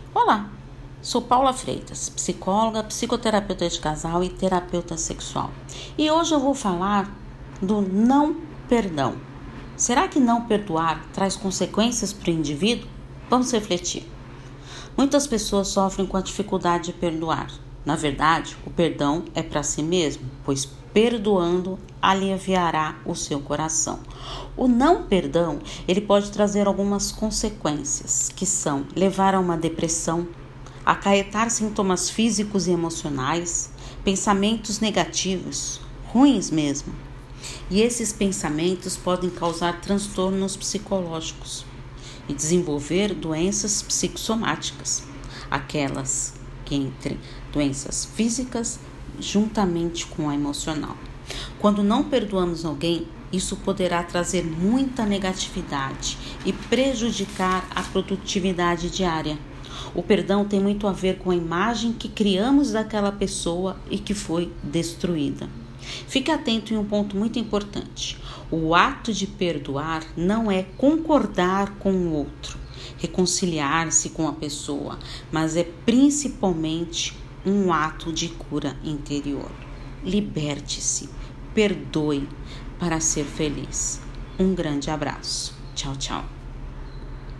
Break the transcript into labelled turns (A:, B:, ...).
A: Olá, sou Paula Freitas, psicóloga, psicoterapeuta de casal e terapeuta sexual. E hoje eu vou falar do não perdão. Será que não perdoar traz consequências para o indivíduo? Vamos refletir. Muitas pessoas sofrem com a dificuldade de perdoar. Na verdade, o perdão é para si mesmo, pois perdoando aliviará o seu coração. O não perdão, ele pode trazer algumas consequências, que são levar a uma depressão, acarretar sintomas físicos e emocionais, pensamentos negativos, ruins mesmo. E esses pensamentos podem causar transtornos psicológicos e desenvolver doenças psicossomáticas, aquelas que entre doenças físicas juntamente com a emocional. Quando não perdoamos alguém, isso poderá trazer muita negatividade e prejudicar a produtividade diária. O perdão tem muito a ver com a imagem que criamos daquela pessoa e que foi destruída. Fique atento em um ponto muito importante. O ato de perdoar não é concordar com o outro, reconciliar-se com a pessoa, mas é principalmente um ato de cura interior. Liberte-se, perdoe para ser feliz. Um grande abraço. Tchau, tchau.